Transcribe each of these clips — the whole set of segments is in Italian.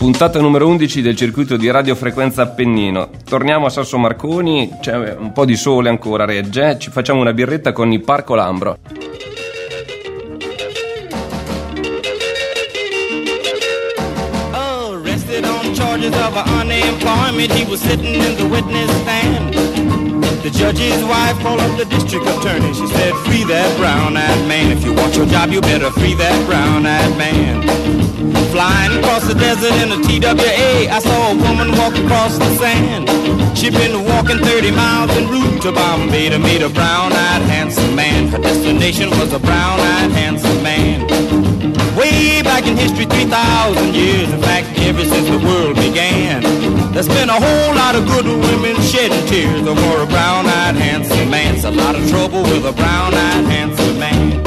Puntata numero 11 del circuito di radiofrequenza Appennino. Torniamo a Sasso Marconi, c'è un po' di sole ancora, regge, ci facciamo una birretta con i Parco Lambro. Arrested on charges of unemployment, he was sitting in the witness stand. The judge's wife called up the district attorney. She said, free that brown-eyed man. If you want your job, you better free that brown-eyed man. Flying across the desert in a TWA, I saw a woman walk across the sand. She'd been walking 30 miles en route to Bombay to meet a brown-eyed handsome man. Her destination was a brown-eyed handsome man. Way back in history, 3,000 years, in fact, ever since the world began, there's been a whole lot of good women shedding tears over a brown-eyed handsome man. It's a lot of trouble with a brown-eyed handsome man.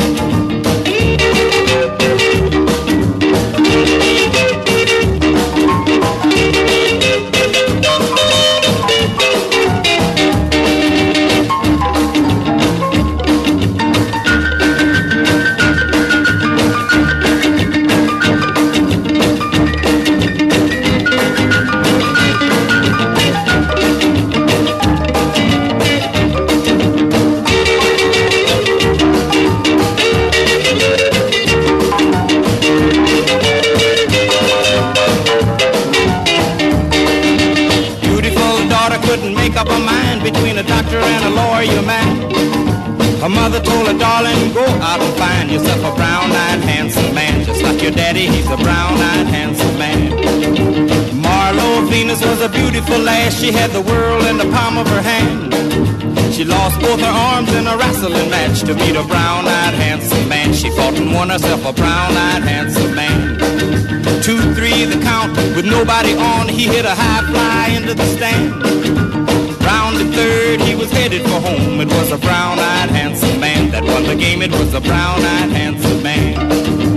Her mother told her, darling, go out and find yourself a brown-eyed handsome man. Just like your daddy, he's a brown-eyed handsome man. Marlo Venus was a beautiful lass. She had the world in the palm of her hand. She lost both her arms in a wrestling match to meet a brown-eyed handsome man. She fought and won herself a brown-eyed handsome man. 2, 3, the count with nobody on. He hit a high fly into the stand. Round the third, he was headed for home. It was a brown-eyed handsome man that won the game. It was a brown-eyed handsome man.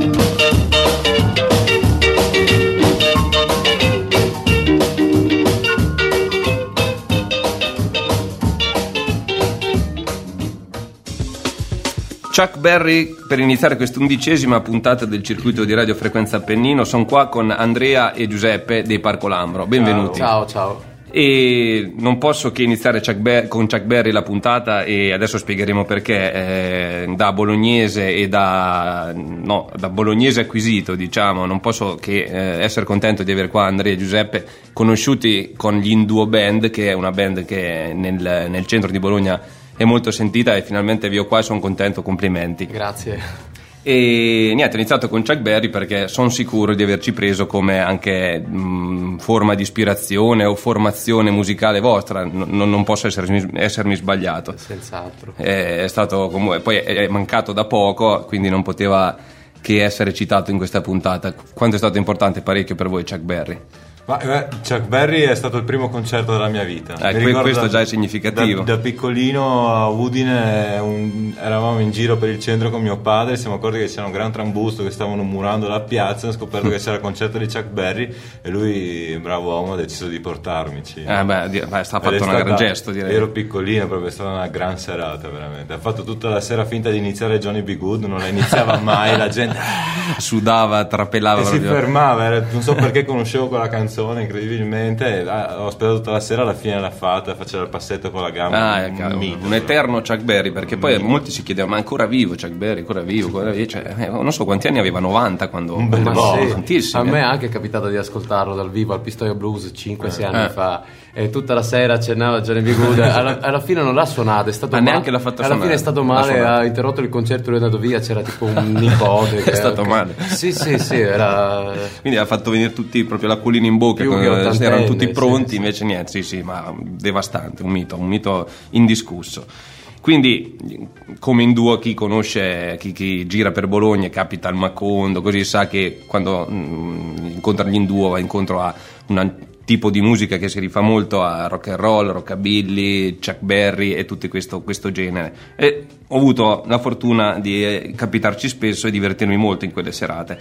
Chuck Berry per iniziare questa 11ª puntata del circuito di radiofrequenza Appennino. Sono qua con Andrea e Giuseppe dei Parco Lambro. Benvenuti. Ciao. E non posso che iniziare con Chuck Berry la puntata, e adesso spiegheremo perché, da bolognese e da bolognese acquisito, diciamo, non posso che essere contento di avere qua Andrea e Giuseppe, conosciuti con gli Induo Band, che è una band che nel centro di Bologna è molto sentita, e finalmente vi ho qua e sono contento, complimenti. Grazie. E niente, ho iniziato con Chuck Berry perché sono sicuro di averci preso come anche forma di ispirazione o formazione musicale vostra. Non posso essermi sbagliato. Senz'altro. È stato comunque, poi è mancato da poco, quindi non poteva che essere citato in questa puntata. Quanto è stato importante? Parecchio per voi Chuck Berry? Chuck Berry è stato il primo concerto della mia vita. Questo già è significativo. Da piccolino a Udine eravamo in giro per il centro con mio padre, siamo accorti che c'era un gran trambusto, che stavano murando la piazza, ho scoperto che c'era il concerto di Chuck Berry e lui, bravo uomo, ha deciso di portarmici. Sta fatto un gran gesto, direi. Ero piccolino, proprio è stata una gran serata, veramente. Ha fatto tutta la sera finta di iniziare Johnny B. Good, non la iniziava mai, la gente sudava, trapelava e proprio. Si fermava, non so perché conoscevo quella canzone incredibilmente, ho aspettato tutta la sera, alla fine l'ha fatta, faceva il passetto con la gamba, un eterno Chuck Berry, perché poi molti si chiedevano, ma ancora vivo Chuck Berry, ancora vivo, cioè, non so quanti anni aveva, 90 quando tantissimi. A me è anche capitato di ascoltarlo dal vivo al Pistoia Blues 5-6 anni fa, e tutta la sera accennava Johnny B. Good. Alla fine non l'ha suonato, è stato neanche l'ha fatto alla fine è stato male, ha interrotto il concerto, lui è andato via, c'era tipo un nipote è stato male. Sì, era, quindi ha fatto venire tutti proprio l'acquolina in bocca, erano tutti pronti, invece niente, sì, ma devastante, un mito indiscusso. Quindi, come in duo, chi conosce, chi gira per Bologna, capita al Macondo, così sa che quando incontra gli Induo va incontro a un tipo di musica che si rifà molto a rock and roll, rockabilly, Chuck Berry e tutto questo genere. E ho avuto la fortuna di capitarci spesso e divertirmi molto in quelle serate.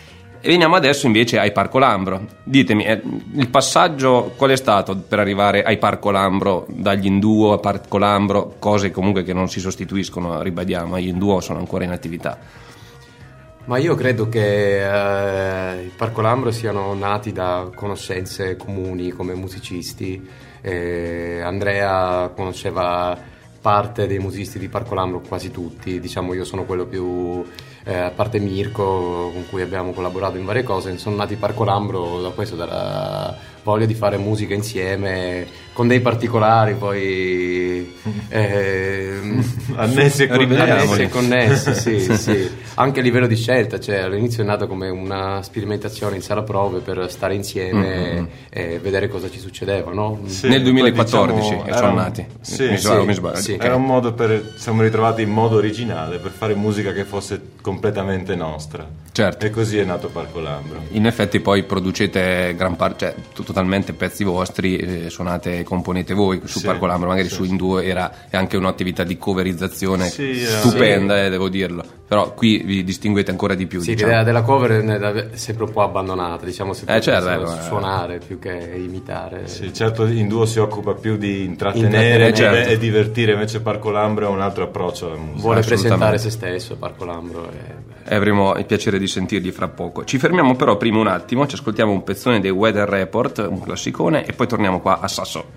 E veniamo adesso invece ai Parco Lambro. Ditemi, il passaggio qual è stato per arrivare ai Parco Lambro, dagli Induo a Parco Lambro, cose comunque che non si sostituiscono, ribadiamo, gli Induo sono ancora in attività. Ma io credo che i Parco Lambro siano nati da conoscenze comuni come musicisti. Andrea conosceva parte dei musicisti di Parco Lambro, quasi tutti, diciamo io sono quello più, a parte Mirko con cui abbiamo collaborato in varie cose, sono nati Parco Lambro da questo, dalla voglia di fare musica insieme con dei particolari poi annessi e connessi, sì. Anche a livello di scelta, cioè all'inizio è nato come una sperimentazione in sala prove per stare insieme e vedere cosa ci succedeva, no? Sì, nel 2014 diciamo, sono nati, mi sbaglio. Sì, era un modo siamo ritrovati in modo originale per fare musica che fosse completamente nostra, certo. E così è nato Parco Lambro. In effetti poi producete gran parte, cioè totalmente pezzi vostri, suonate e componete voi su Parco Lambro, magari su In Duo è anche un'attività di coverizzazione stupenda, devo dirlo, però qui vi distinguete ancora di più. Sì, diciamo. l'idea della cover è sempre un po' abbandonata, diciamo, certo, suonare più che imitare. Sì, certo, In Duo si occupa più di intrattenere e divertire, invece Parco Lambro è un altro approccio alla musica. Vuole presentare se stesso Parco Lambro. E avremo il piacere di sentirli fra poco. Ci fermiamo però prima un attimo, ci ascoltiamo un pezzone dei Weather Report, un classicone, e poi torniamo qua a Sasso.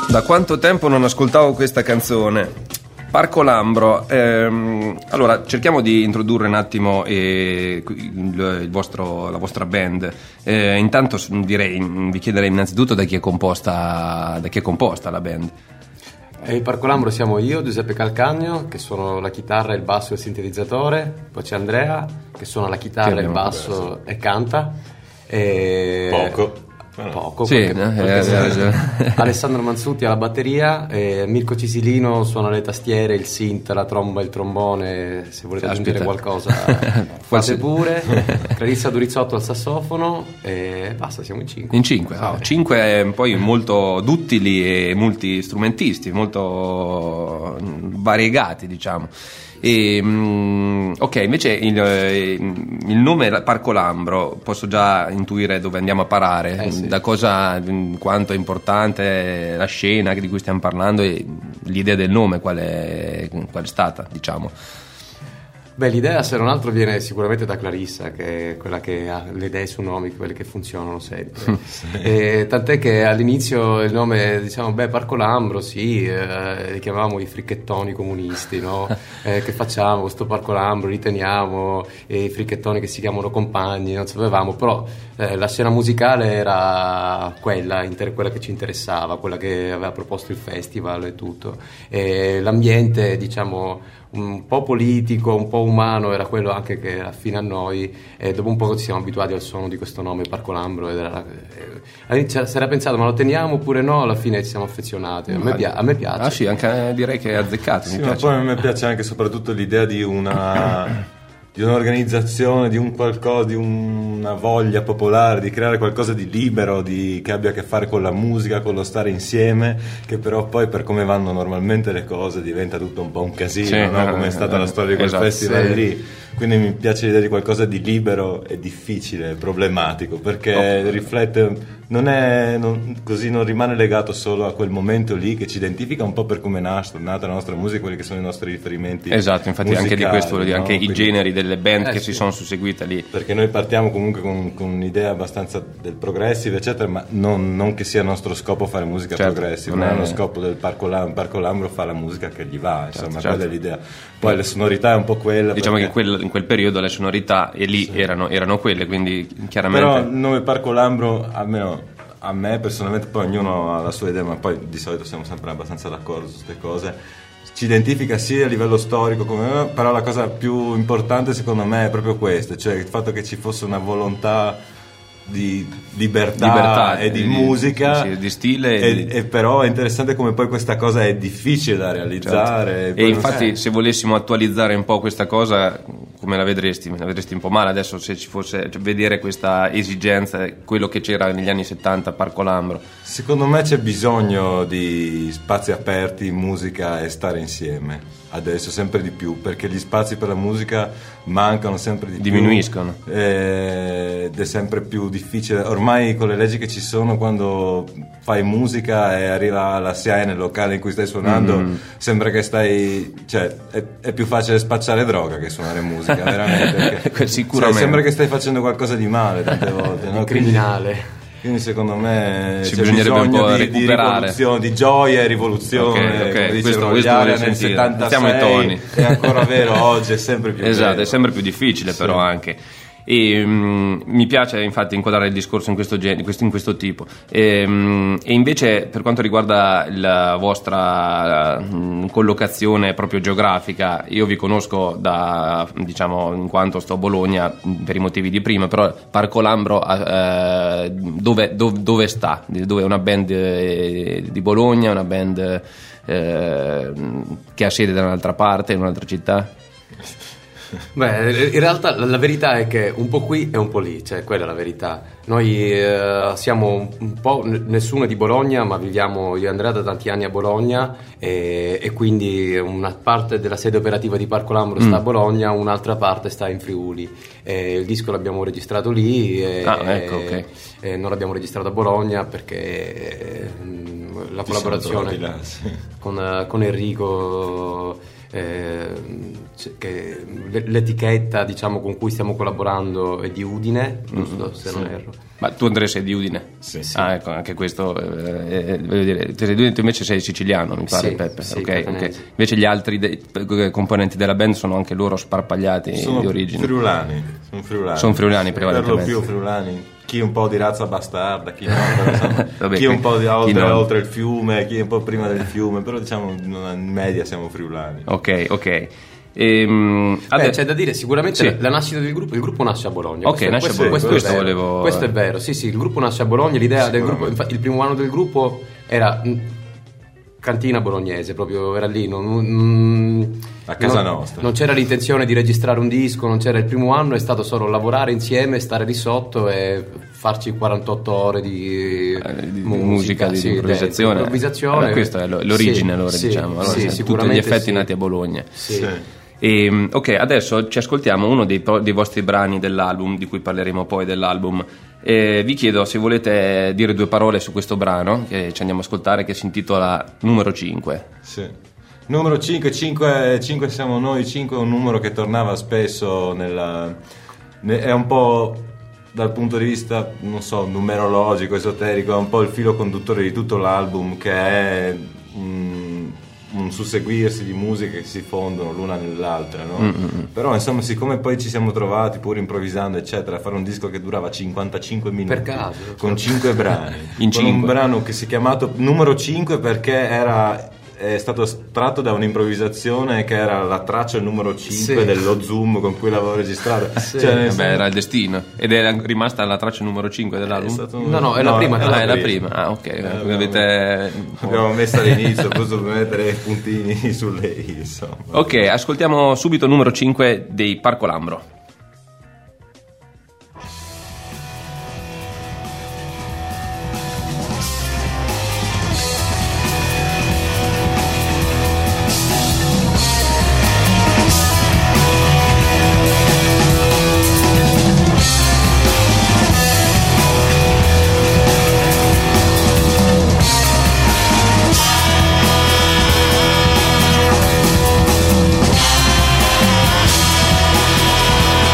Da quanto tempo non ascoltavo questa canzone? Parco Lambro. Allora cerchiamo di introdurre un attimo la vostra band. Intanto vi chiederei innanzitutto da chi è composta la band. Il Parco Lambro siamo io, Giuseppe Calcagno, che suono la chitarra, il basso e il sintetizzatore. Poi c'è Andrea, che suona la chitarra, il basso e canta. Poco, sì, Alessandro Manzutti alla batteria, Mirko Cisilino suona le tastiere, il synth, la tromba, il trombone. Se volete aggiungere qualcosa fate pure. Clarissa Durizzotto al sassofono e basta, siamo in 5. In 5, cinque poi molto duttili e multistrumentisti, molto variegati, diciamo. Ok, invece il nome Parco Lambro posso già intuire dove andiamo a parare, sì. Da cosa, quanto è importante la scena di cui stiamo parlando e l'idea del nome qual è stata, diciamo. Beh, l'idea se non altro viene sicuramente da Clarissa, che è quella che ha le idee su nomi, quelle che funzionano sempre. E tant'è che all'inizio il nome, diciamo, Parco Lambro, sì, li chiamavamo i fricchettoni comunisti, no? Che facciamo questo Parco Lambro, li teniamo, e i fricchettoni che si chiamano compagni, non sapevamo, però la scena musicale era quella che ci interessava, quella che aveva proposto il festival e tutto. E l'ambiente, diciamo, un po' politico, un po' umano, era quello anche che era affine a noi, e dopo un po' ci siamo abituati al suono di questo nome Parco Lambro all'inizio si era pensato ma lo teniamo oppure no, alla fine ci siamo affezionati. A me piace. Ah sì, anche direi che è azzeccato. Sì, ma poi a me piace anche soprattutto l'idea di un'organizzazione, di un qualcosa, di una voglia popolare, di creare qualcosa di libero, che abbia a che fare con la musica, con lo stare insieme, che però poi per come vanno normalmente le cose diventa tutto un po' un casino, sì, no? Come è stata la storia di quel festival lì. Quindi mi piace l'idea di qualcosa di libero e difficile, problematico, perché riflette, così non rimane legato solo a quel momento lì, che ci identifica un po' per come è nata la nostra musica, quelli che sono i nostri riferimenti. Esatto, infatti musicali, anche di questo voglio dire, no? Anche quindi, i generi delle band che si sono susseguite lì. Perché noi partiamo comunque con un'idea abbastanza del progressive, eccetera, ma non che sia il nostro scopo fare musica progressive, non è lo scopo del Parco Lambro fa la musica che gli va, insomma, quella è l'idea. Poi le sonorità è un po' quella. Diciamo che in quel periodo le sonorità e lì erano quelle, quindi chiaramente. Però il nome Parco Lambro, almeno a me personalmente, poi ognuno ha la sua idea, ma poi di solito siamo sempre abbastanza d'accordo su queste cose, ci identifica sì a livello storico, però la cosa più importante secondo me è proprio questa, cioè il fatto che ci fosse una volontà di libertà e di musica, sì, di stile e però è interessante come poi questa cosa è difficile da realizzare, e infatti se volessimo attualizzare un po' questa cosa, come la vedresti un po' male adesso se ci fosse, cioè, vedere questa esigenza, quello che c'era negli anni 70 a Parco Lambro. Secondo me c'è bisogno di spazi aperti, musica e stare insieme adesso sempre di più, perché gli spazi per la musica mancano sempre di diminuiscono più, ed è sempre più difficile ormai con le leggi che ci sono. Quando fai musica e arriva la SIAE nel locale in cui stai suonando, sembra che è più facile spacciare droga che suonare musica, veramente, perché, sicuramente sembra che stai facendo qualcosa di male tante volte, no? Criminale. Quindi secondo me c'è bisognerebbe un po' recuperare di gioia e rivoluzione, okay. Come questo nel 76, siamo i toni. È ancora vero oggi, è sempre più esatto, vero. È sempre più difficile, sì. Però anche mi piace infatti inquadrare il discorso in questo tipo, e invece per quanto riguarda la vostra collocazione proprio geografica, io vi conosco diciamo in quanto sto a Bologna per i motivi di prima, però Parco Lambro dove sta? Dove è una band di Bologna, una band che ha sede da un'altra parte, in un'altra città? Beh, in realtà la verità è che un po' qui e un po' lì, cioè quella è la verità. Noi siamo un po', nessuno è di Bologna, ma viviamo io e Andrea da tanti anni a Bologna, e quindi una parte della sede operativa di Parco Lambro sta a Bologna, un'altra parte sta in Friuli. Il disco l'abbiamo registrato lì okay. Non l'abbiamo registrato a Bologna perché la collaborazione con Enrico che l'etichetta, diciamo, con cui stiamo collaborando è di Udine, giusto, se non erro. Ma tu, Andrea, sei di Udine? Sì. Ah, ecco, anche questo voglio dire, tu invece sei siciliano, mi pare, Sì, Peppe. sì, ok. Invece gli altri componenti della band sono anche loro sparpagliati di origine. Sono friulani per lo prevalentemente. più friulani. Chi un po' di razza bastarda, chi no, però, insomma, Vabbè, chi un po' di oltre il fiume, chi un po' prima del fiume, però diciamo in media siamo friulani. Ok. C'è da dire sicuramente Sì. la nascita del gruppo, il gruppo nasce a Bologna. Ok, nasce a Bologna, questo è vero. volevo- Questo è vero, sì, il gruppo nasce a Bologna, l'idea del gruppo, infatti il primo anno del gruppo era cantina bolognese, proprio era lì, A casa nostra. Non c'era l'intenzione di registrare un disco, non c'era, il primo anno è stato solo lavorare insieme, stare lì sotto e farci 48 ore di musica, di improvvisazione. Allora, questa è l'origine, diciamo. Allora, tutti gli sicuramente effetti nati a Bologna. Sì. Ok, adesso ci ascoltiamo uno dei vostri brani dell'album, di cui parleremo poi dell'album. Vi chiedo se volete dire due parole su questo brano che ci andiamo a ascoltare, che si intitola Numero 5. Sì. Numero 5 siamo noi, 5 è un numero che tornava spesso è un po' dal punto di vista, non so, numerologico, esoterico, è un po' il filo conduttore di tutto l'album, che è un susseguirsi di musiche che si fondono l'una nell'altra, no? Però insomma, siccome poi ci siamo trovati pur improvvisando eccetera a fare un disco che durava 55 minuti Per caso, con 5 brani In con 5. un brano che si è chiamato Numero 5 perché è stato tratto da un'improvvisazione che era la traccia numero 5 dello Zoom con cui l'avevo registrato. Sì. Era il destino. Ed è rimasta la traccia numero 5 dell'album? No, è la prima. È la prima. Ah, ok. L'abbiamo messa all'inizio, giusto per mettere i puntini sulle i, insomma. Ok, ascoltiamo subito numero 5 dei Parco Lambro. Numero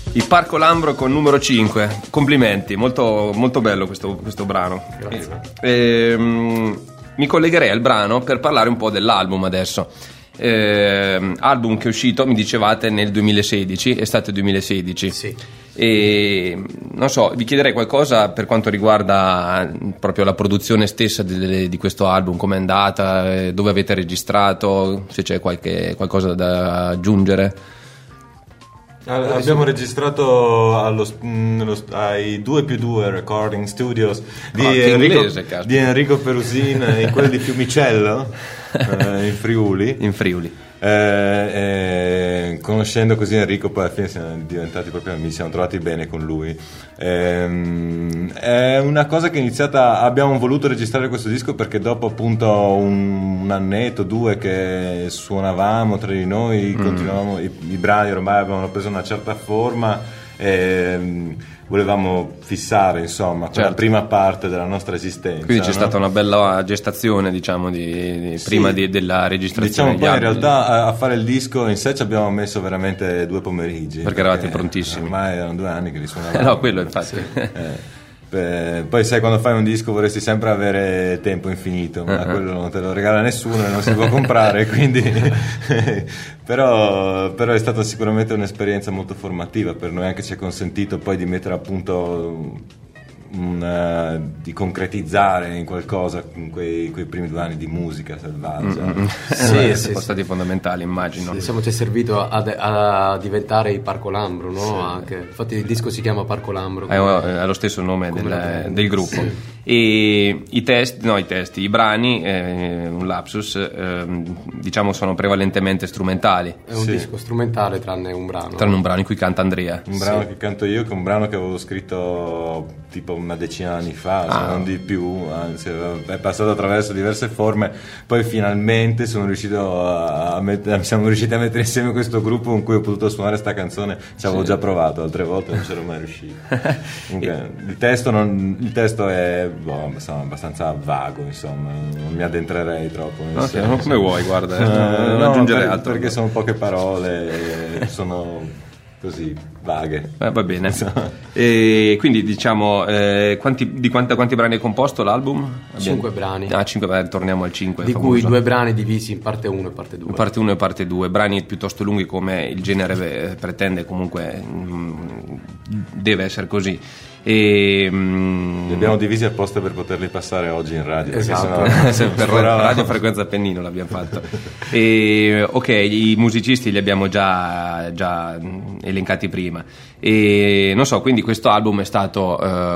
I Parco Lambro con numero 5. Complimenti, molto, molto bello questo brano. Grazie. Mi collegherei al brano per parlare un po' dell'album adesso. Album che è uscito, mi dicevate, nel 2016, estate 2016. Sì. E non so, vi chiederei qualcosa per quanto riguarda proprio la produzione stessa di questo album, com'è andata, dove avete registrato, se c'è qualcosa da aggiungere. Abbiamo registrato ai 2+2 Recording Studios di Enrico Perusin, in quelli di Fiumicello, in Friuli. Conoscendo così Enrico, poi alla fine siamo diventati proprio amici, siamo trovati bene con lui. È una cosa che è iniziata, abbiamo voluto registrare questo disco perché dopo appunto un annetto, 2 che suonavamo tra di noi, continuavamo, i brani ormai avevano preso una certa forma e volevamo fissare, insomma, certo, la prima parte della nostra esistenza. Quindi c'è stata una bella gestazione, diciamo, prima della registrazione. Diciamo, poi in realtà a fare il disco in sé ci abbiamo messo veramente 2 pomeriggi. Perché eravate prontissimi. Ormai erano 2 anni che li suonavamo. No, quello infatti. Poi sai, quando fai un disco vorresti sempre avere tempo infinito, ma quello non te lo regala nessuno e non si può comprare, quindi però è stata sicuramente un'esperienza molto formativa per noi, anche ci è consentito poi di mettere a punto di concretizzare in qualcosa quei primi 2 anni di musica selvaggia. Sono stati fondamentali, immagino. Diciamo, ci è servito a diventare il Parco Lambro, no? Sì. Anche. Infatti il disco si chiama Parco Lambro. Ha lo stesso nome del gruppo. Sì. E i brani, un lapsus, diciamo, sono prevalentemente strumentali. È un disco strumentale tranne un brano. Tranne un brano in cui canta Andrea. Un brano che canto io, che è un brano che avevo scritto tipo una decina di anni fa, se non di più, anzi è passato attraverso diverse forme, poi finalmente siamo riusciti a mettere insieme questo gruppo con cui ho potuto suonare sta canzone. Ci avevo già provato altre volte, non c'ero mai riuscito. Comunque, il testo è abbastanza vago, insomma, non mi addentrerei troppo nel senso. Come vuoi, guarda, non aggiungere altro, perché sono poche parole, sono così vaghe. Va bene. E quindi diciamo, quanti brani è composto l'album? 5 brani. 5, torniamo al 5. Di cui 2 brani divisi in parte 1 e parte 2. Parte 1 e parte 2, brani piuttosto lunghi come il genere pretende, comunque deve essere così. Li abbiamo divisi apposta per poterli passare oggi in radio, esatto. Per Radio Frequenza Appennino l'abbiamo fatto. Ok, i musicisti li abbiamo già elencati prima, e non so, quindi questo album è stato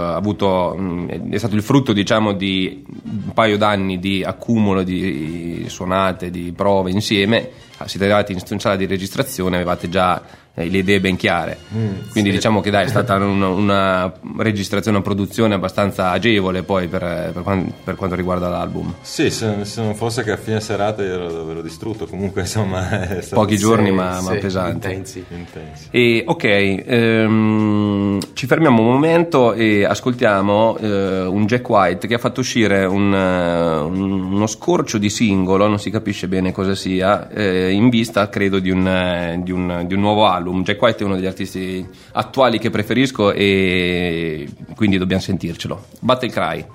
il frutto, diciamo, di un paio d'anni di accumulo di suonate, di prove insieme. Siete arrivati in sala di registrazione, avevate già le idee ben chiare, quindi sì, diciamo che è stata una registrazione, una produzione abbastanza agevole poi per quanto riguarda l'album. Sì, se non fosse che a fine serata io ero davvero distrutto, comunque insomma è stato pochi giorni ma pesanti, intensi. E ok, ci fermiamo un momento e ascoltiamo un Jack White che ha fatto uscire uno scorcio di singolo, non si capisce bene cosa sia, in vista credo di un nuovo album. Jack White è uno degli artisti attuali che preferisco e quindi dobbiamo sentircelo. Battle Cry.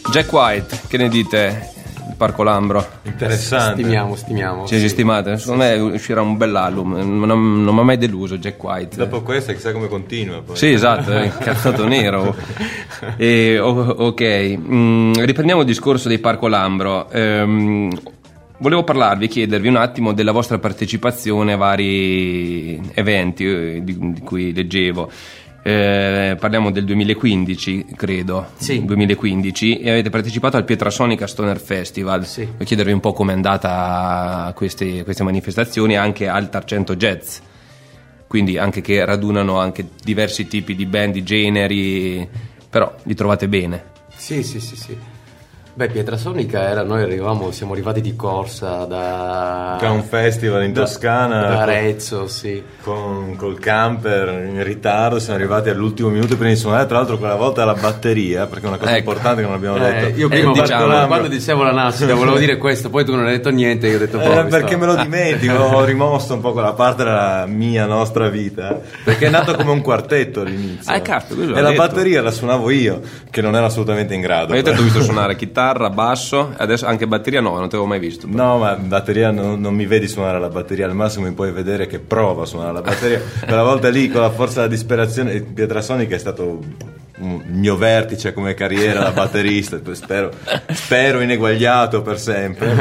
Jack White, che ne dite? Il Parco Lambro. Interessante. Stimiamo. Ci stimate? Secondo me uscirà un bell'album. Non mi ha mai deluso Jack White. Dopo questo chissà come continua poi. Sì, esatto, è incazzato nero. Ok, riprendiamo il discorso dei Parco Lambro. Volevo chiedervi un attimo della vostra partecipazione a vari eventi di cui leggevo. Parliamo del 2015, credo. Sì. 2015, e avete partecipato al Pietrasonica Stoner Festival. Sì. Voglio chiedervi un po' com'è andata queste manifestazioni, anche al Tarcento Jazz, quindi anche che radunano anche diversi tipi di band, di generi, però li trovate bene? Sì. Beh, Pietrasonica siamo arrivati di corsa da un festival in Toscana, da Arezzo, sì. Col camper in ritardo, siamo arrivati all'ultimo minuto prima di suonare, tra l'altro quella volta alla batteria, perché è una cosa importante che non abbiamo detto. Io prima quando dicevo la nascita volevo dire questo, poi tu non hai detto niente, io ho detto perché me lo dimentico, ho rimosso un po' quella parte della nostra vita, perché è nato come un quartetto all'inizio, e la batteria la suonavo io, che non ero assolutamente in grado. Ma io ti ho visto suonare chitarra, basso, adesso anche batteria non ti avevo mai visto. No, ma batteria non mi vedi suonare la batteria, al massimo mi puoi vedere che prova a suonare la batteria. Quella volta lì, con la forza della disperazione, Pietrasonica è stato il mio vertice come carriera da batterista, spero ineguagliato per sempre.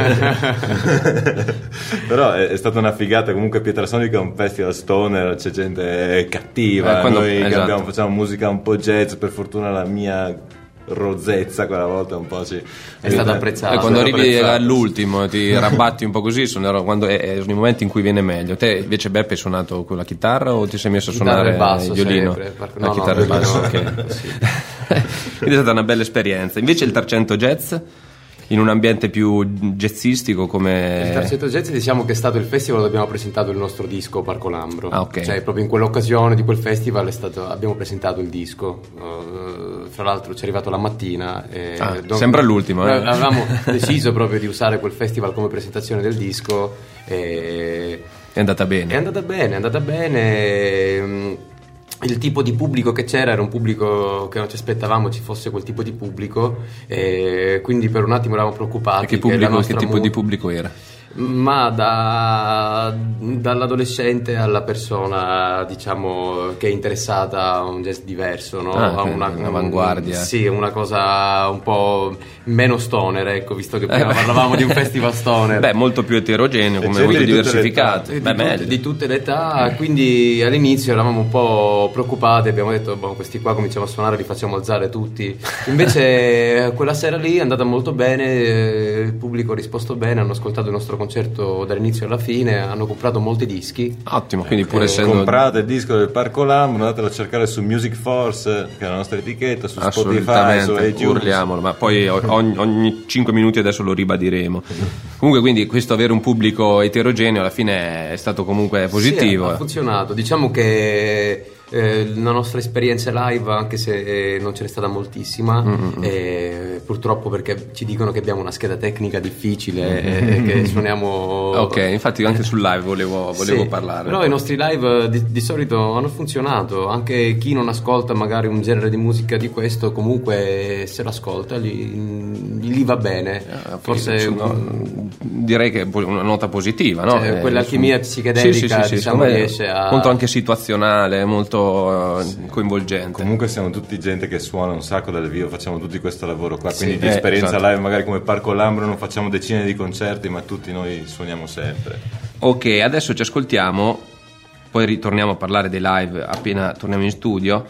Però è stata una figata. Comunque Pietrasonica è un festival stoner, c'è gente cattiva, noi che facciamo musica un po' jazz, per fortuna la mia rozzezza quella volta un po' è stata apprezzata. E quando arrivi all'ultimo ti rabbatti un po' così, sono i momenti in cui viene meglio. Te invece, Beppe, hai suonato con la chitarra o ti sei messo a suonare il violino? La chitarra e basso, ok. Sì. Quindi è stata una bella esperienza. Invece il Tarcento Jazz, in un ambiente più jazzistico, come il Tarcento Jazz, diciamo che è stato il festival dove abbiamo presentato il nostro disco Parco Lambro. Okay. Cioè proprio in quell'occasione di quel festival abbiamo presentato il disco. Fra l'altro ci è arrivato la mattina sembra l'ultimo. Avevamo deciso proprio di usare quel festival come presentazione del disco è andata bene. È andata bene. Il tipo di pubblico che c'era era un pubblico che non ci aspettavamo ci fosse quel tipo di pubblico, quindi per un attimo eravamo preoccupati. Che tipo di pubblico era? Ma dall'adolescente alla persona, diciamo, che è interessata a un jazz diverso, no? A un'avanguardia. Sì, una cosa un po' meno stoner, ecco, visto che prima parlavamo di un festival stoner. Beh, molto più eterogeneo, come molto diversificato. Di tutte le età, quindi all'inizio eravamo un po' preoccupati, abbiamo detto, questi qua cominciamo a suonare, li facciamo alzare tutti. Invece quella sera lì è andata molto bene, il pubblico ha risposto bene, hanno ascoltato il nostro concerto dall'inizio alla fine, hanno comprato molti dischi. Ottimo, quindi pur essendo... Comprate il disco del Parco Lambro, andatelo a cercare su Music Force, che è la nostra etichetta, su Spotify, su iTunes. Urliamolo, ma poi ogni 5 minuti adesso lo ribadiremo. Comunque, quindi questo avere un pubblico eterogeneo alla fine è stato comunque positivo. Sì, ha funzionato. Diciamo che la nostra esperienza live, anche se non ce n'è stata moltissima, purtroppo, perché ci dicono che abbiamo una scheda tecnica difficile, che suoniamo. Ok, infatti anche sul live volevo parlare. Però i nostri live di solito hanno funzionato. Anche chi non ascolta magari un genere di musica di questo, comunque se l'ascolta gli va bene. Forse direi che è una nota positiva, no? Cioè, quell'alchimia psichedelica, diciamo, riesce a... molto anche situazionale, molto coinvolgente. Comunque siamo tutti gente che suona un sacco dal vivo, facciamo tutti questo lavoro qua, quindi di esperienza live magari come Parco Lambro non facciamo decine di concerti, ma tutti noi suoniamo sempre. Ok, adesso ci ascoltiamo, poi ritorniamo a parlare dei live appena torniamo in studio,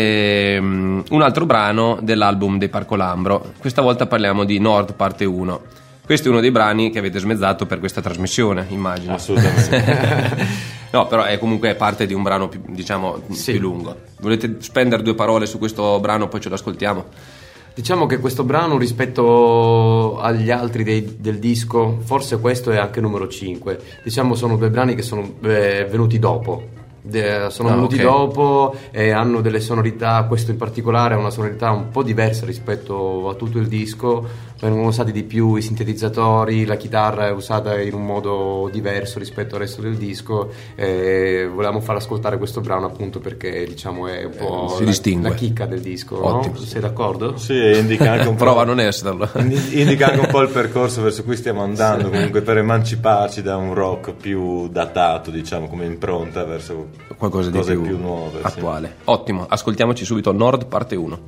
un altro brano dell'album dei Parco Lambro. Questa volta parliamo di Nord parte 1. Questo è uno dei brani che avete smezzato per questa trasmissione, immagino. Assolutamente. No, però è comunque parte di un brano più, diciamo, più lungo. Volete spendere 2 parole su questo brano, poi ce lo ascoltiamo? Diciamo che questo brano, rispetto agli altri del disco, forse questo è anche numero 5. Diciamo sono 2 brani che sono venuti dopo sono venuti dopo e hanno delle sonorità, questo in particolare ha una sonorità un po' diversa rispetto a tutto il disco. Vengono usati di più i sintetizzatori, la chitarra è usata in un modo diverso rispetto al resto del disco, e volevamo far ascoltare questo brano appunto perché diciamo è un po' la chicca del disco. Ottimo. No? Sei d'accordo? Sì, indica anche un po'. Prova a non esserlo. Indica anche un po' il percorso verso cui stiamo andando, comunque, per emanciparci da un rock più datato, diciamo, come impronta, verso qualcosa di più nuove, attuale. Sì. Ottimo, ascoltiamoci subito Nord parte 1.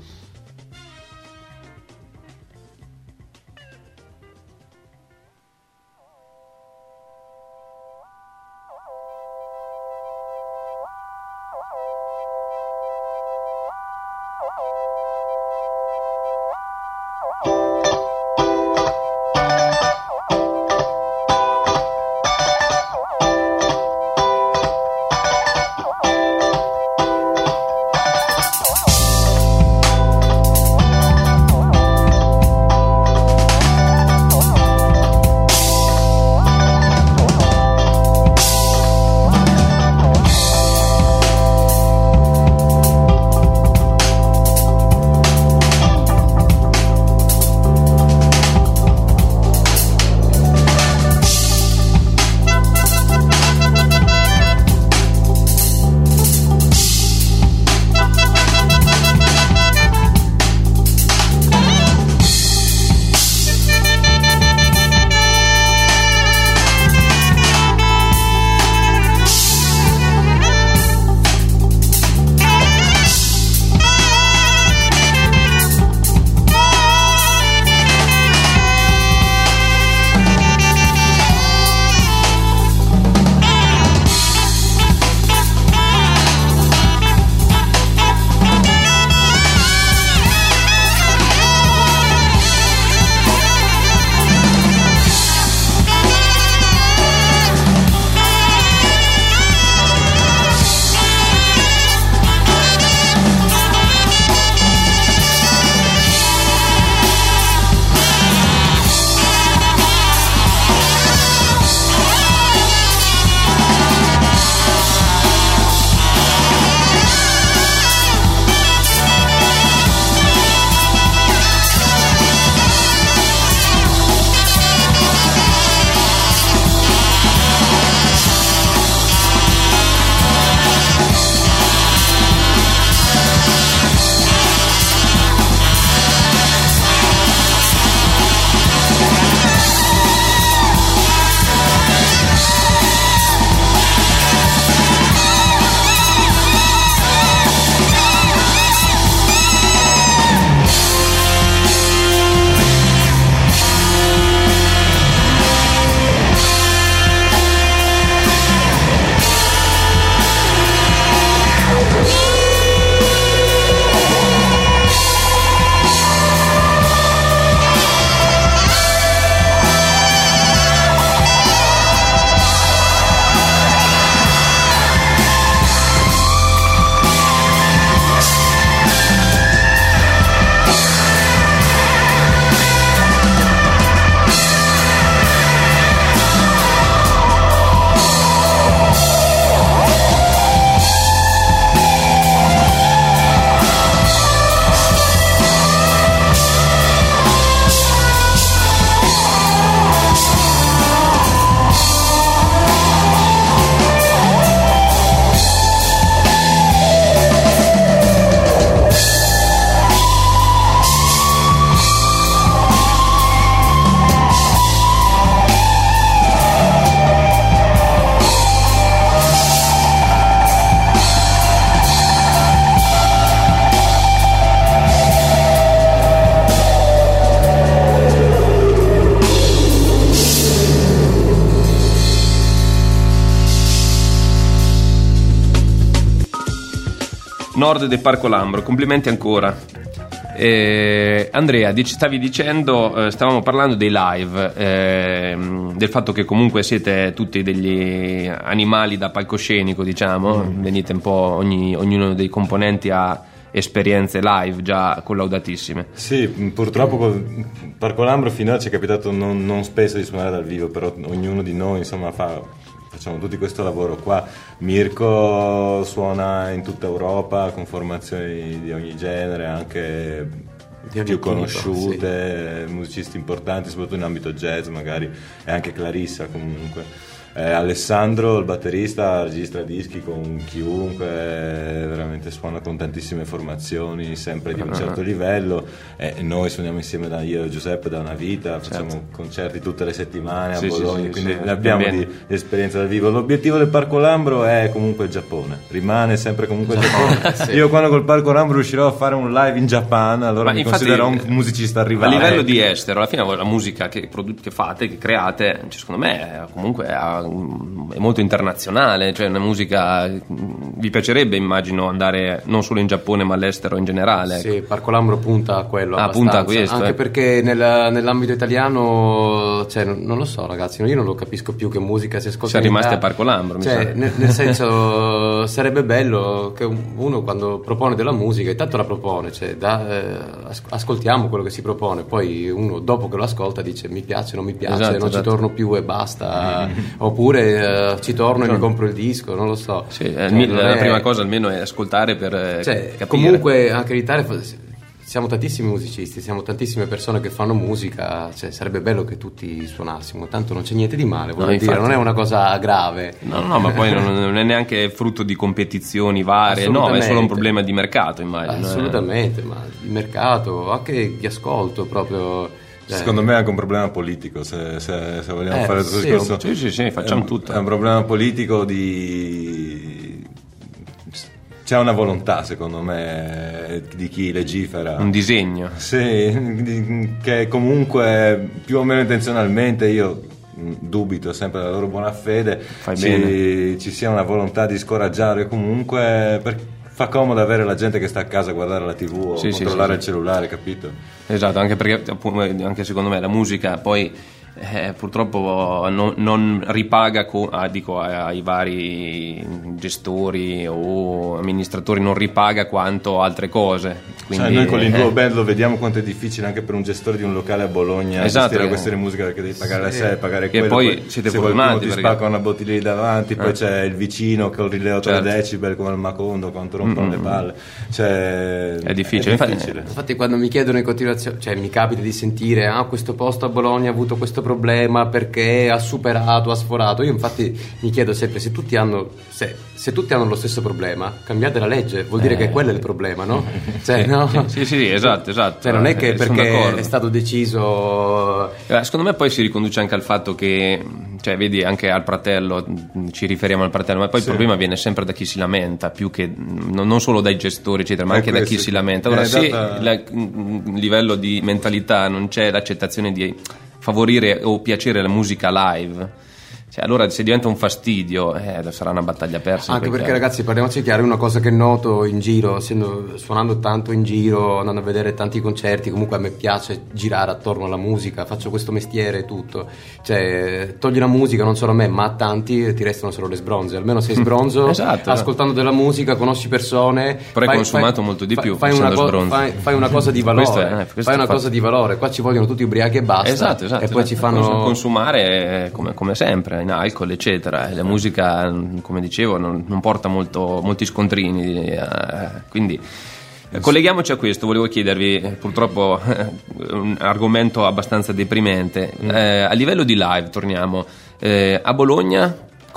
Nord del Parco Lambro, complimenti ancora. Andrea, stavi dicendo, stavamo parlando dei live, del fatto che comunque siete tutti degli animali da palcoscenico, diciamo, venite un po', ognuno dei componenti ha esperienze live già collaudatissime. Sì, purtroppo con Parco Lambro finora ci è capitato non spesso di suonare dal vivo, però ognuno di noi insomma fa facciamo tutti questo lavoro qua. Mirko suona in tutta Europa con formazioni di ogni genere, anche più conosciute, sì. Musicisti importanti, soprattutto in ambito jazz magari, e anche Clarissa comunque. Alessandro, il batterista, registra dischi con chiunque, veramente suona con tantissime formazioni, sempre di un certo livello, e noi suoniamo insieme io e Giuseppe da una vita, facciamo concerti tutte le settimane a Bologna, quindi ne abbiamo di esperienza dal vivo. L'obiettivo del Parco Lambro è comunque il Giappone, rimane sempre comunque il Giappone. Sì. Io quando col Parco Lambro riuscirò a fare un live in Giappone, allora mi considererò un musicista arrivato. A livello di estero, alla fine la musica che fate, che create, secondo me comunque è molto internazionale, cioè una musica. Vi piacerebbe, immagino, andare non solo in Giappone ma all'estero in generale? Sì, Parco Lambro punta a quello, punta a questo, anche perché nell'ambito italiano, cioè, non lo so ragazzi, io non lo capisco più che musica si ascolta. Siamo rimasti a Parco Lambro, cioè, nel senso, sarebbe bello che uno quando propone della musica intanto la propone, cioè, ascoltiamo quello che si propone, poi uno dopo che lo ascolta dice mi piace, non mi piace, non ci torno più e basta, oppure ci torno e mi compro il disco, non lo so. Sì, la prima cosa almeno è ascoltare per capire. Comunque anche in Italia siamo tantissimi musicisti, siamo tantissime persone che fanno musica, cioè sarebbe bello che tutti suonassimo, tanto non c'è niente di male, voglio dire, non è una cosa grave. No, ma poi non è neanche frutto di competizioni varie, no, è solo un problema di mercato, immagino. Assolutamente, ma di mercato, anche di ascolto proprio. Secondo me è anche un problema politico, se vogliamo fare tutto il discorso. Sì, facciamo tutto. È un problema politico c'è una volontà, secondo me, di chi legifera. Un disegno. Sì, che comunque più o meno intenzionalmente, io dubito sempre della loro buona fede, ci sia una volontà di scoraggiare comunque, perché fa comodo avere la gente che sta a casa a guardare la TV o controllare il cellulare, capito? Esatto, anche perché appunto, anche secondo me la musica poi purtroppo non ripaga ai vari gestori o amministratori, non ripaga quanto altre cose. Quindi, noi con l'Induo Band lo vediamo quanto è difficile anche per un gestore di un locale a Bologna gestire la questione di musica, perché devi pagare la sede, pagare quello, poi siete fortunati ti spacca una bottiglia lì davanti, poi c'è il vicino che ha il rileo 3 decibel come il Macondo quando rompono le palle, cioè, è difficile. Infatti quando mi chiedono in continuazione, cioè mi capita di sentire questo posto a Bologna ha avuto questo problema perché ha superato, ha sforato, io infatti mi chiedo sempre se tutti hanno lo stesso problema, cambiate la legge, vuol dire che quello è il problema, no? Cioè, no? Sì, esatto. Cioè, non è che perché è stato deciso. Secondo me poi si riconduce anche al fatto che, cioè, vedi, anche al fratello, ci riferiamo al fratello, ma poi il problema viene sempre da chi si lamenta, più che non solo dai gestori, eccetera, ma anche da chi si lamenta. Allora, se il livello di mentalità non c'è l'accettazione di favorire o piacere la musica live, cioè, allora se diventa un fastidio sarà una battaglia persa. Anche perché ragazzi, parliamoci chiaro, è una cosa che noto in giro, suonando tanto in giro, andando a vedere tanti concerti, comunque a me piace girare attorno alla musica, faccio questo mestiere e tutto, cioè togli la musica non solo a me ma a tanti, ti restano solo le sbronze, almeno sei sbronzo ascoltando della musica, conosci persone, però hai consumato molto di più, fai una cosa di valore, fai una cosa di valore, qua ci vogliono tutti ubriachi e basta, e poi ci fanno consumare come sempre in alcol eccetera, la musica, come dicevo, non porta molti scontrini, quindi colleghiamoci a questo. Volevo chiedervi, purtroppo un argomento abbastanza deprimente, a livello di live torniamo, a Bologna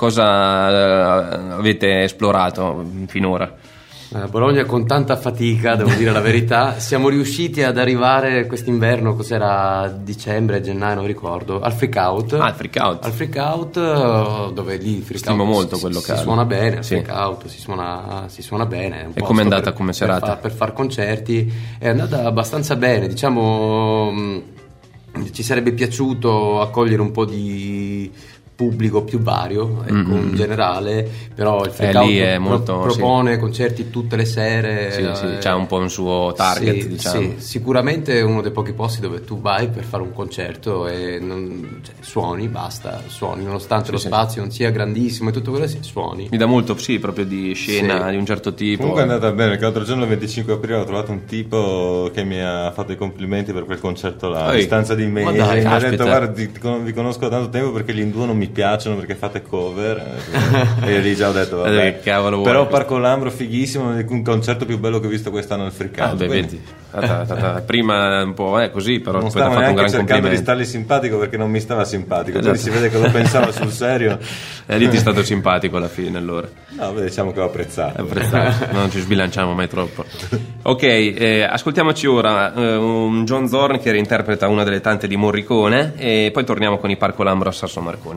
cosa avete esplorato finora? A Bologna con tanta fatica, devo dire la verità, siamo riusciti ad arrivare quest'inverno, cos'era, dicembre, gennaio, non ricordo, al Freak Out. Al Freak Out, dove lì il Freak Out molto quello si suona bene, al Freak Out si suona bene. E com'è andata come serata? Per far concerti è andata abbastanza bene, diciamo, ci sarebbe piaciuto accogliere un po' di pubblico più vario, in generale, però il Freak Out propone concerti tutte le sere, c'ha un po' un suo target, diciamo. Sicuramente è uno dei pochi posti dove tu vai per fare un concerto e suoni, nonostante lo spazio non sia grandissimo e tutto quello, suoni. Mi dà molto proprio di scena di un certo tipo. Comunque è andata bene, perché l'altro giorno, il 25 aprile, ho trovato un tipo che mi ha fatto i complimenti per quel concerto là, a distanza di mesi, mi ha detto: guarda, vi conosco da tanto tempo perché l'Induo non mi piacciono perché fate cover, e io lì già ho detto vabbè, cavolo vuoi, però Parco Lambro fighissimo, un concerto più bello che ho visto quest'anno al Freakout. Prima un po' così, però non poi ti ha stavo fatto un neanche gran cercando complimento. di stargli simpatico perché non mi stava simpatico, quindi si vede che lo pensava sul serio. E lì ti è stato simpatico alla fine, allora. No, beh, diciamo che ho apprezzato. Non ci sbilanciamo mai troppo. Ok, ascoltiamoci ora un John Zorn che reinterpreta una delle tante di Morricone e poi torniamo con i Parco Lambro a Sasso Marconi.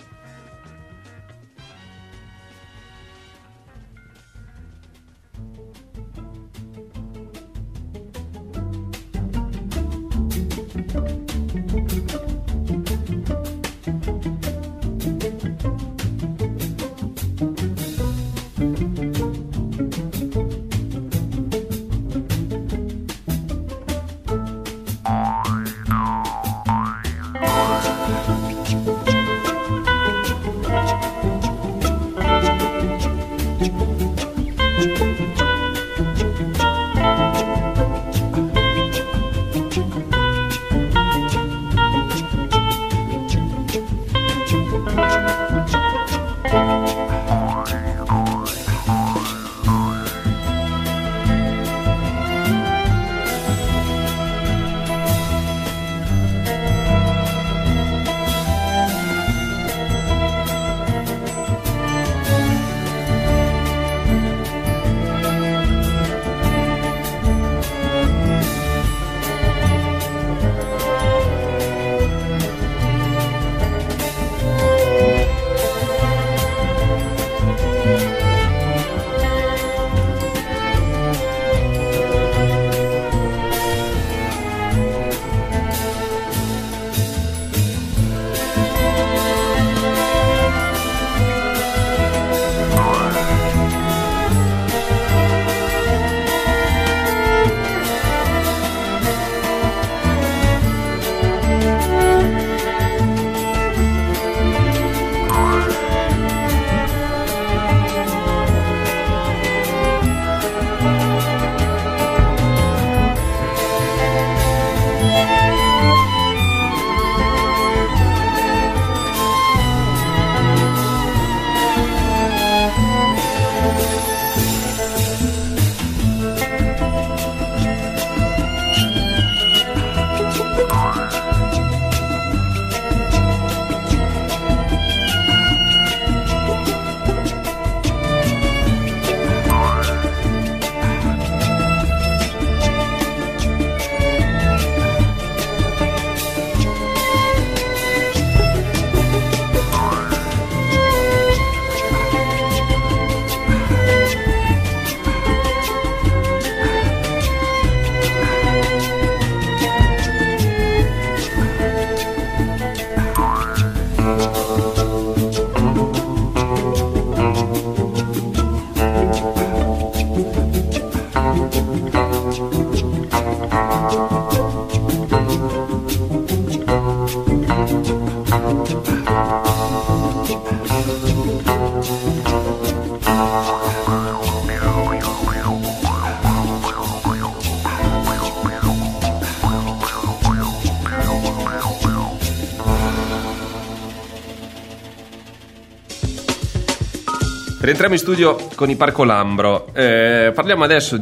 Rientriamo in studio con i Parco Lambro. Parliamo adesso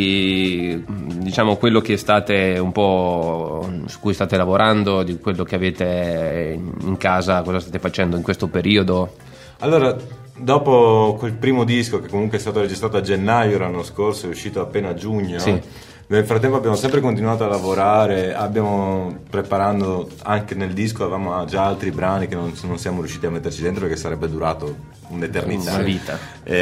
di, diciamo, quello che state un po' su cui state lavorando, di quello che avete in casa, cosa state facendo in questo periodo. Allora, dopo quel primo disco che comunque è stato registrato a gennaio l'anno scorso, è uscito appena a giugno. Sì. Nel frattempo abbiamo sempre continuato a lavorare, abbiamo preparando anche nel disco, avevamo già altri brani che non siamo riusciti a metterci dentro perché sarebbe durato un'eternità. Una vita.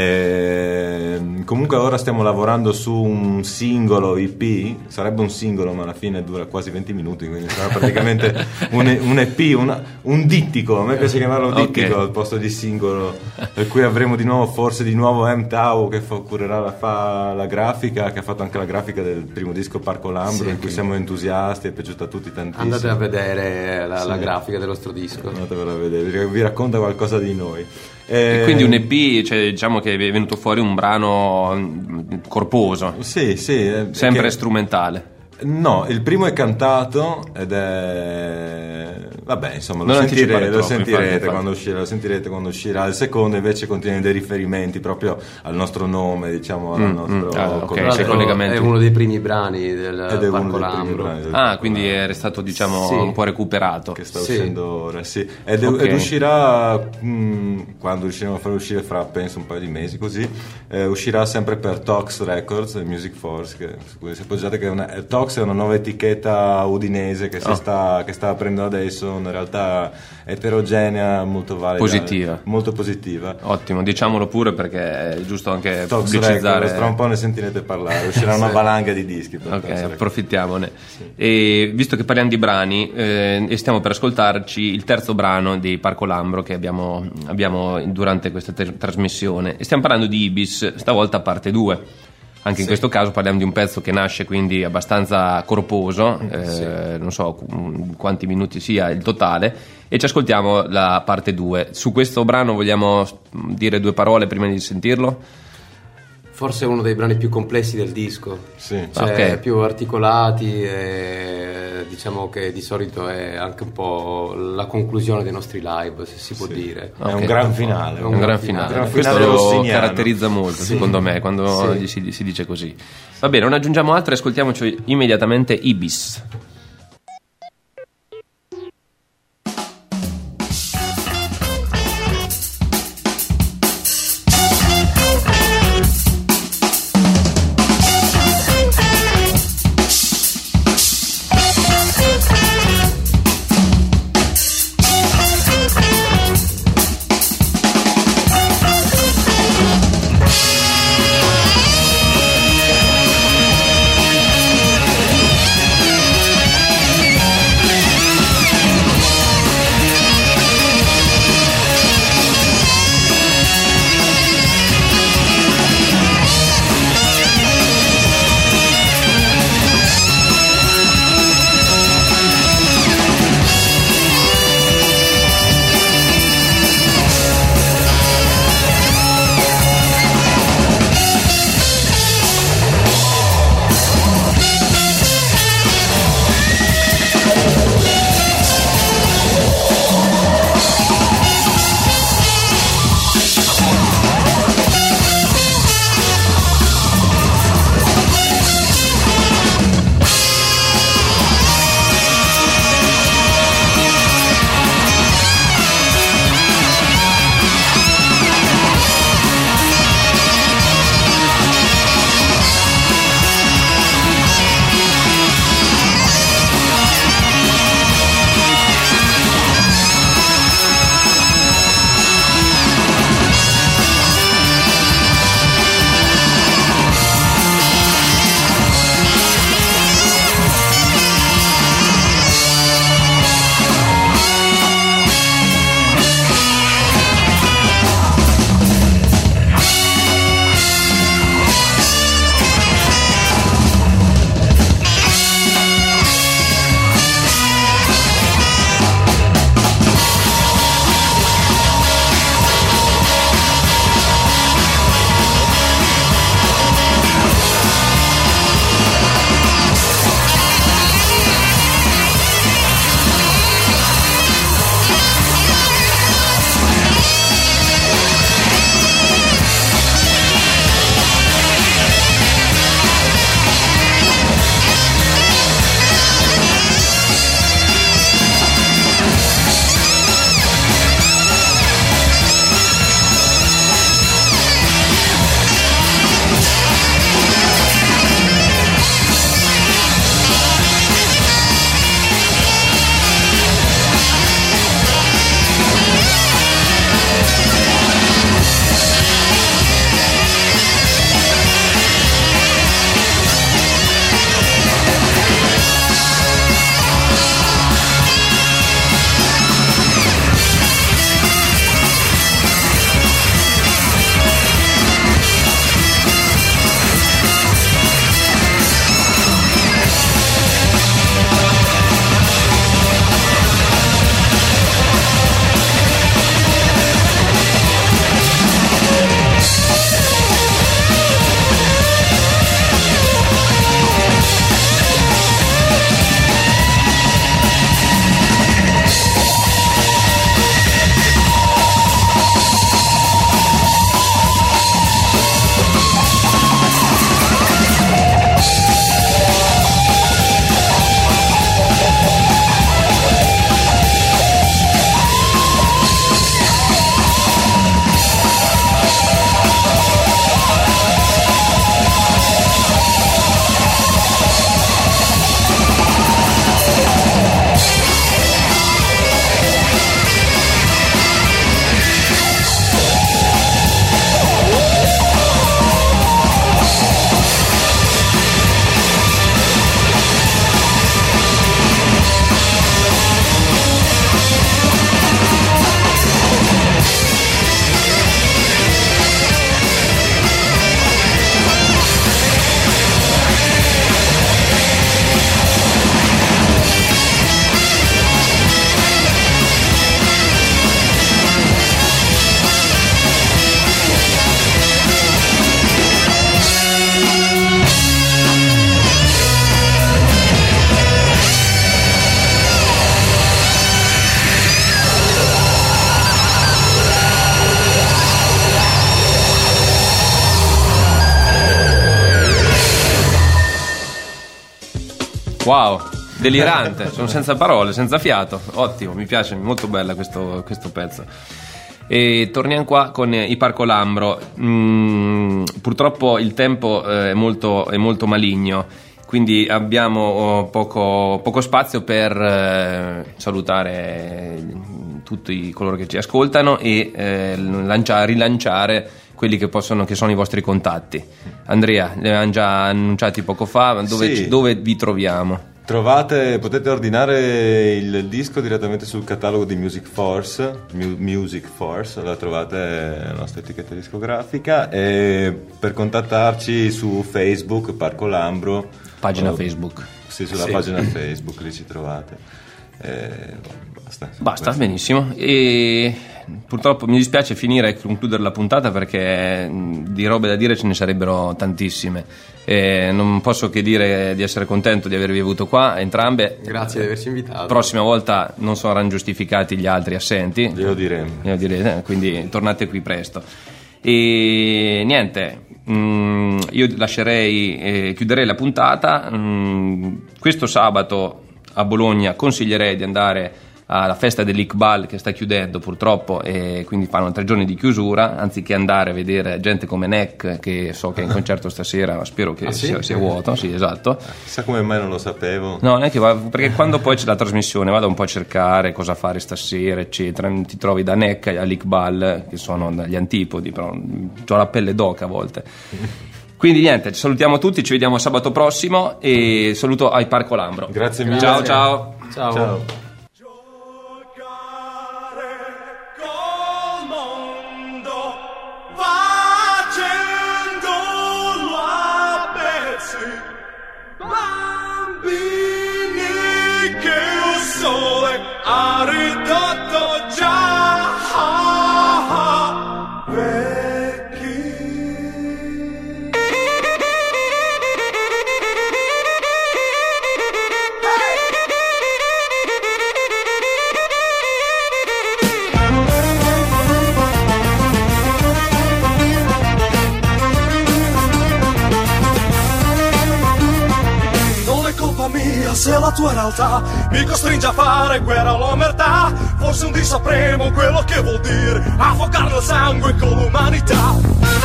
Comunque ora stiamo lavorando su un singolo EP, sarebbe un singolo ma alla fine dura quasi 20 minuti, quindi sarà praticamente un EP, un dittico, a me piace chiamarlo dittico, okay, al posto di singolo, per cui avremo di nuovo M. Tao che curerà la grafica, che ha fatto anche la grafica del primo disco Parco Lambro, sì, in cui siamo entusiasti, è piaciuta a tutti tantissimo. Andate a vedere la grafica del nostro disco. Andatevela a vedere, vi racconta qualcosa di noi. E quindi un EP, cioè, diciamo che è venuto fuori un brano corposo. Sì, sempre strumentale. No, il primo è cantato ed è... Vabbè, insomma, lo sentirete quando uscirà. Il secondo invece contiene dei riferimenti proprio al nostro nome, diciamo, al nostro collegamento. È uno dei primi brani del Parco Lambro. Quindi è stato, diciamo, un po' recuperato. Che sta uscendo ora, sì. Ed uscirà, quando riusciremo a far uscire fra, penso, un paio di mesi, così, uscirà sempre per Tox Records e Music Force, se appoggiate che Tox è una nuova etichetta udinese che si sta aprendo adesso, in realtà eterogenea, molto valida, molto positiva. Ottimo, diciamolo pure perché è giusto anche pubblicizzare. Tra un po' ne sentirete parlare, uscirà una valanga di dischi. Approfittiamone. E visto che parliamo di brani e stiamo per ascoltarci il terzo brano di Parco Lambro che abbiamo durante questa trasmissione, e stiamo parlando di Ibis, stavolta parte 2. Anche in questo caso parliamo di un pezzo che nasce quindi abbastanza corposo, non so quanti minuti sia il totale, e ci ascoltiamo la parte 2. Su questo brano vogliamo dire due parole prima di sentirlo? Forse è uno dei brani più complessi del disco, più articolati, e diciamo che di solito è anche un po' la conclusione dei nostri live, se si può dire. È un gran finale. Un gran finale. Questo lo caratterizza molto, secondo me, quando si dice così. Va bene, non aggiungiamo altro e ascoltiamoci immediatamente Ibis. Wow, delirante, sono senza parole, senza fiato. Ottimo, mi piace, molto bella questo pezzo. E torniamo qua con i Parco Lambro. Purtroppo il tempo è molto maligno, quindi abbiamo poco spazio per salutare tutti coloro che ci ascoltano e rilanciare quelli che sono i vostri contatti. Andrea, li avevamo già annunciati poco fa, dove vi troviamo? Potete ordinare il disco direttamente sul catalogo di Music Force, la trovate nella nostra etichetta discografica, e per contattarci su Facebook, Parco Lambro. Pagina Facebook. Sì, sulla pagina Facebook, lì ci trovate. Basta, benissimo. E purtroppo mi dispiace finire e concludere la puntata perché di robe da dire ce ne sarebbero tantissime. Non posso che dire di essere contento di avervi avuto qua entrambe. Grazie di averci invitato. Prossima volta non saranno giustificati gli altri assenti. Glielo direte, quindi tornate qui presto. E niente, io chiuderei la puntata. Questo sabato a Bologna consiglierei di andare alla festa dell'Iqbal, che sta chiudendo purtroppo, e quindi fanno 3 giorni di chiusura, anziché andare a vedere gente come Neck, che so che è in concerto stasera, spero che sia vuoto. Sì, esatto. Chissà come mai non lo sapevo. No, neanche perché quando poi c'è la trasmissione vado un po' a cercare cosa fare stasera eccetera, ti trovi da Neck all'Iqbal, che sono dagli antipodi, però ho la pelle d'oca a volte. Quindi niente, ci salutiamo tutti, ci vediamo sabato prossimo e saluto ai Parco Lambro. Grazie mille. Ciao. Ha ridotto già vecchi. Non è colpa mia se la tua realtà mi costringe a fare guerra all'omertà. Forse un dì sapremo quello che vuol dire affogare nel sangue con l'umanità.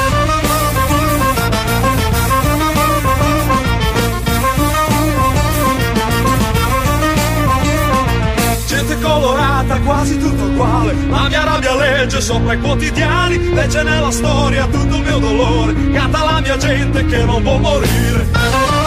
Gente colorata, quasi tutto uguale. La mia rabbia legge sopra i quotidiani, legge nella storia tutto il mio dolore, canta la mia gente che non può morire.